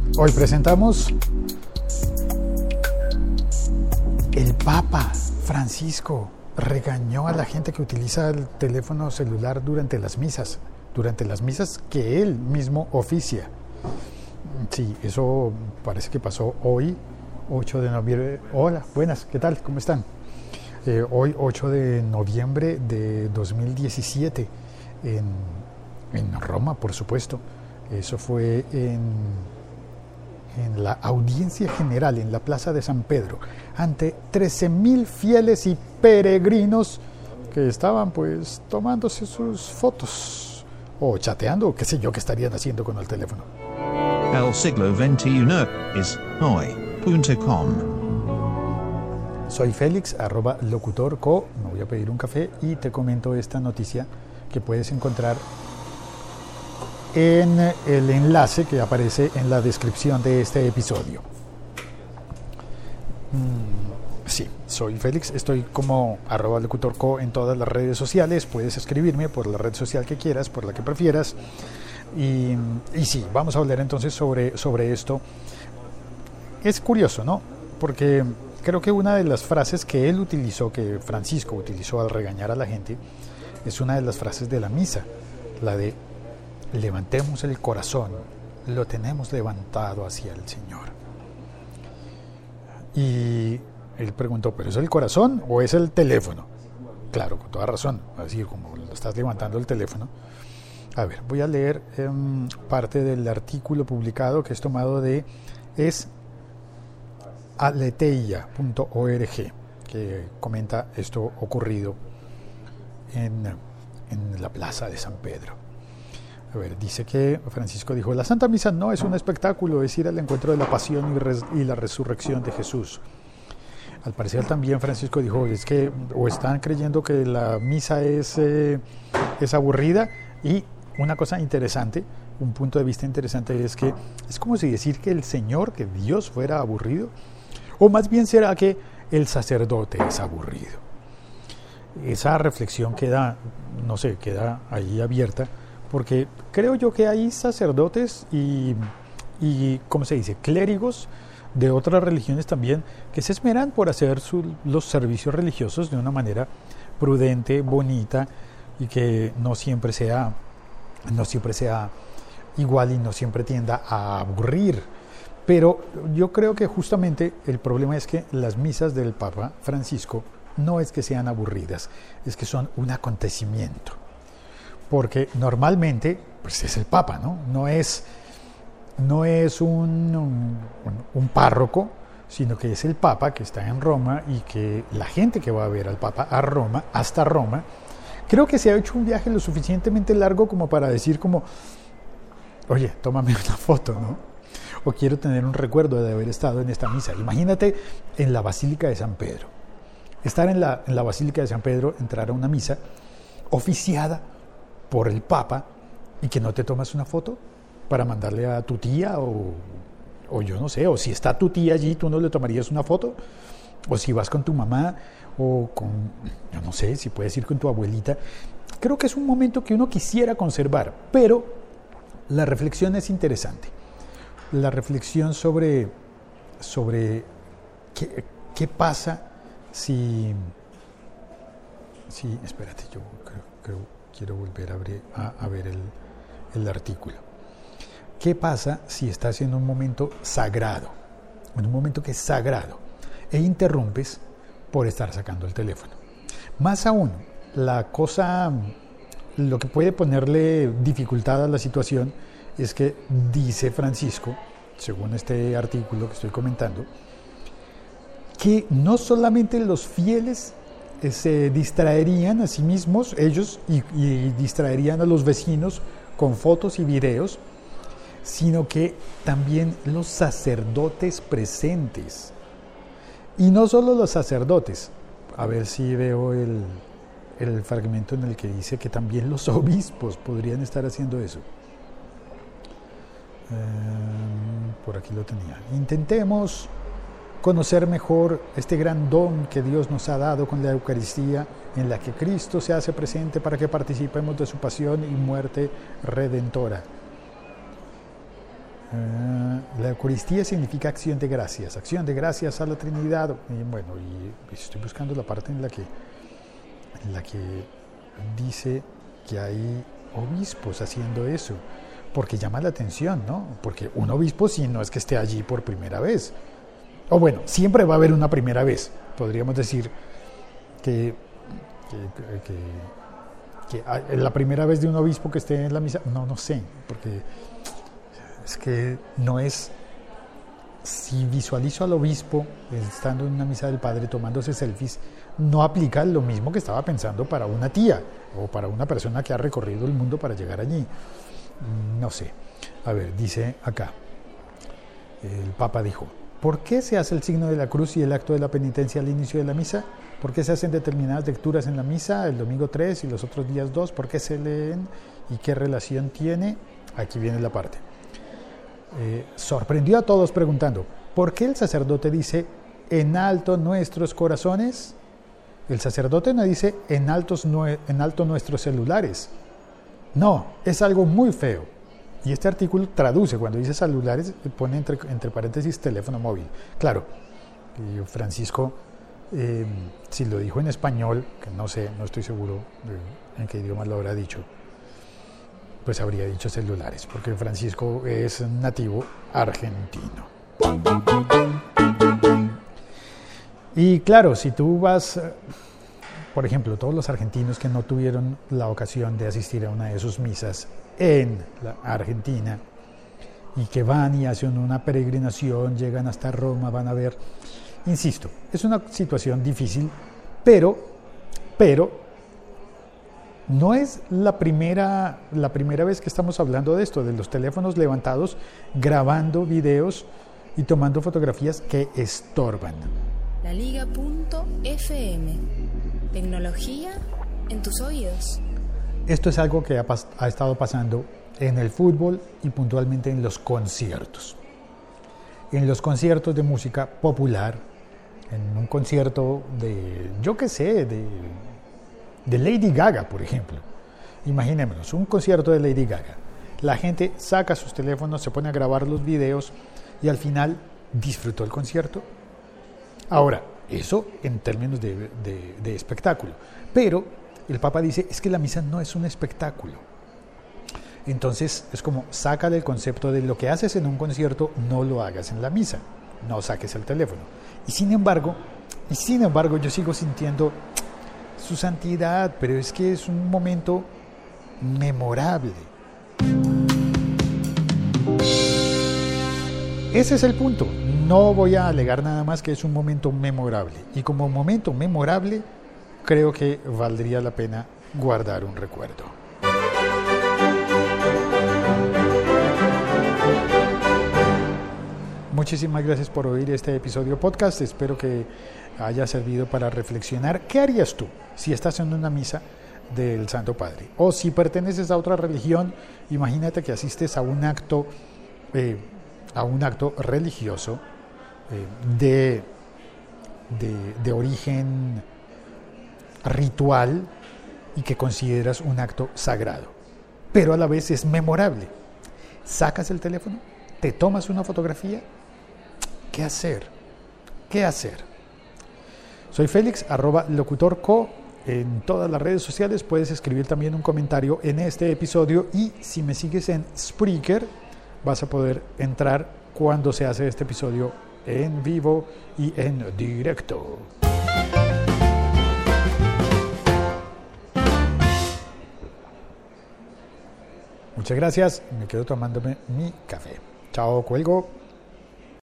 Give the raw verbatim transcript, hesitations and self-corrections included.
Hoy presentamos el Papa Francisco regañó a la gente que utiliza el teléfono celular durante las misas, durante las misas que él mismo oficia. Sí, eso parece que pasó hoy, ocho de noviembre. Hola, buenas, ¿qué tal? ¿Cómo están? Eh, hoy, ocho de noviembre de dos mil diecisiete, en, en Roma, por supuesto. Eso fue en, en la audiencia general, en la Plaza de San Pedro, ante trece mil fieles y peregrinos que estaban pues tomándose sus fotos o chateando, o qué sé yo qué estarían haciendo con el teléfono. El siglo veintiuno es hoy punto com. Soy Félix, arroba locutorco, me voy a pedir un café y te comento esta noticia que puedes encontrar en el enlace que aparece en la descripción de este episodio. Mm, sí, soy Félix, estoy como arroba locutorco en todas las redes sociales, puedes escribirme por la red social que quieras, por la que prefieras. Y, y sí, vamos a hablar entonces sobre, sobre esto. Es curioso, ¿no? Porque creo que una de las frases que él utilizó, que Francisco utilizó al regañar a la gente, es una de las frases de la misa, la de levantemos el corazón, lo tenemos levantado hacia el Señor. Y él preguntó, ¿pero es el corazón o es el teléfono? Claro, con toda razón, así como lo estás levantando el teléfono. A ver, voy a leer eh, parte del artículo publicado que es tomado de es aleteia punto org, que comenta esto ocurrido en, en la Plaza de San Pedro. A ver, dice que Francisco dijo, la Santa Misa no es un espectáculo, es ir al encuentro de la pasión y, res, y la resurrección de Jesús. Al parecer también Francisco dijo, es que o están creyendo que la misa es, eh, es aburrida. Y una cosa interesante, un punto de vista interesante es que es como si decir que el Señor, que Dios fuera aburrido, o más bien será que el sacerdote es aburrido. Esa reflexión queda, no sé, queda ahí abierta, porque creo yo que hay sacerdotes y, y ¿cómo se dice?, clérigos de otras religiones también que se esmeran por hacer su, los servicios religiosos de una manera prudente, bonita, y que no siempre sea, no siempre sea igual y no siempre tienda a aburrir. Pero yo creo que justamente el problema es que las misas del Papa Francisco no es que sean aburridas, es que son un acontecimiento. Porque normalmente, pues es el Papa, ¿no? No es, no es un, un, un párroco, sino que es el Papa que está en Roma y que la gente que va a ver al Papa a Roma, hasta Roma, creo que se ha hecho un viaje lo suficientemente largo como para decir como, oye, tómame una foto, ¿no? O quiero tener un recuerdo de haber estado en esta misa. Imagínate en la Basílica de San Pedro. Estar en la, en la Basílica de San Pedro, entrar a una misa oficiada por el Papa y que no te tomas una foto para mandarle a tu tía o, o yo no sé, o si está tu tía allí, tú no le tomarías una foto, o si vas con tu mamá o con, yo no sé, si puedes ir con tu abuelita. Creo que es un momento que uno quisiera conservar, pero la reflexión es interesante. La reflexión sobre, sobre qué, qué pasa si, si, espérate, yo creo, creo, quiero volver a, abrir, a, a ver el, el artículo. ¿Qué pasa si estás en un momento sagrado, en un momento que es sagrado, e interrumpes por estar sacando el teléfono? Más aún, la cosa, lo que puede ponerle dificultad a la situación es que dice Francisco, según este artículo que estoy comentando, que no solamente los fieles se distraerían a sí mismos, ellos, y, y distraerían a los vecinos con fotos y videos, sino que también los sacerdotes presentes. Y no solo los sacerdotes, a ver si veo el, el fragmento en el que dice que también los obispos podrían estar haciendo eso. Eh, por aquí lo tenía. Intentemos conocer mejor este gran don que Dios nos ha dado con la Eucaristía, en la que Cristo se hace presente para que participemos de su pasión y muerte redentora. Uh, la Eucaristía significa acción de gracias, acción de gracias a la Trinidad. Y bueno, y estoy buscando la parte en la que, en la que dice que hay obispos haciendo eso, porque llama la atención, ¿no? Porque un obispo sí no es que esté allí por primera vez. O bueno, siempre va a haber una primera vez. Podríamos decir que, que, que, que la primera vez de un obispo que esté en la misa, no, no sé, porque es que no es, si visualizo al obispo estando en una misa del Padre tomándose selfies, no aplica lo mismo que estaba pensando para una tía o para una persona que ha recorrido el mundo para llegar allí. No sé. A ver, dice acá, el Papa dijo, ¿por qué se hace el signo de la cruz y el acto de la penitencia al inicio de la misa? ¿Por qué se hacen determinadas lecturas en la misa, el domingo tres y los otros días dos? ¿Por qué se leen y qué relación tiene? Aquí viene la parte. Eh, sorprendió a todos preguntando, ¿por qué el sacerdote dice en alto nuestros corazones? El sacerdote no dice en, altos nue- en alto nuestros celulares. No, es algo muy feo. Y este artículo traduce, cuando dice celulares, pone entre, entre paréntesis teléfono móvil. Claro, y Francisco, eh, si lo dijo en español, que no sé, no estoy seguro de en qué idioma lo habrá dicho, pues habría dicho celulares, porque Francisco es nativo argentino. Y claro, si tú vas, por ejemplo, todos los argentinos que no tuvieron la ocasión de asistir a una de sus misas en la Argentina y que van y hacen una peregrinación, llegan hasta Roma, van a ver, insisto, es una situación difícil, pero, pero no es la primera, la primera vez que estamos hablando de esto, de los teléfonos levantados, grabando videos y tomando fotografías que estorban. La Liga punto F M. Tecnología en tus oídos. Esto es algo que ha, pas- ha estado pasando en el fútbol y puntualmente en los conciertos. En los conciertos de música popular, en un concierto de, yo qué sé, de, de Lady Gaga, por ejemplo. Imaginémonos, un concierto de Lady Gaga. La gente saca sus teléfonos, se pone a grabar los videos y al final disfrutó el concierto. Ahora, eso en términos de, de, de espectáculo. Pero el Papa dice, es que la misa no es un espectáculo. Entonces es como, sácale el concepto de lo que haces en un concierto, no lo hagas en la misa. No saques el teléfono. Y sin embargo, y sin embargo yo sigo sintiendo su santidad, pero es que es un momento memorable. Ese es el punto. No voy a alegar nada más que es un momento memorable. Y como momento memorable, creo que valdría la pena guardar un recuerdo. Muchísimas gracias por oír este episodio podcast. Espero que haya servido para reflexionar. ¿Qué harías tú si estás en una misa del Santo Padre? O si perteneces a otra religión, imagínate que asistes a un acto, eh, a un acto religioso eh, de, de, de origen ritual y que consideras un acto sagrado, pero a la vez es memorable. Sacas el teléfono, te tomas una fotografía. ¿Qué hacer? ¿Qué hacer? Soy Félix, arroba locutorco en todas las redes sociales. Puedes escribir también un comentario en este episodio y si me sigues en Spreaker vas a poder entrar cuando se hace este episodio en vivo y en directo. Muchas gracias, me quedo tomándome mi café. Chao, cuelgo.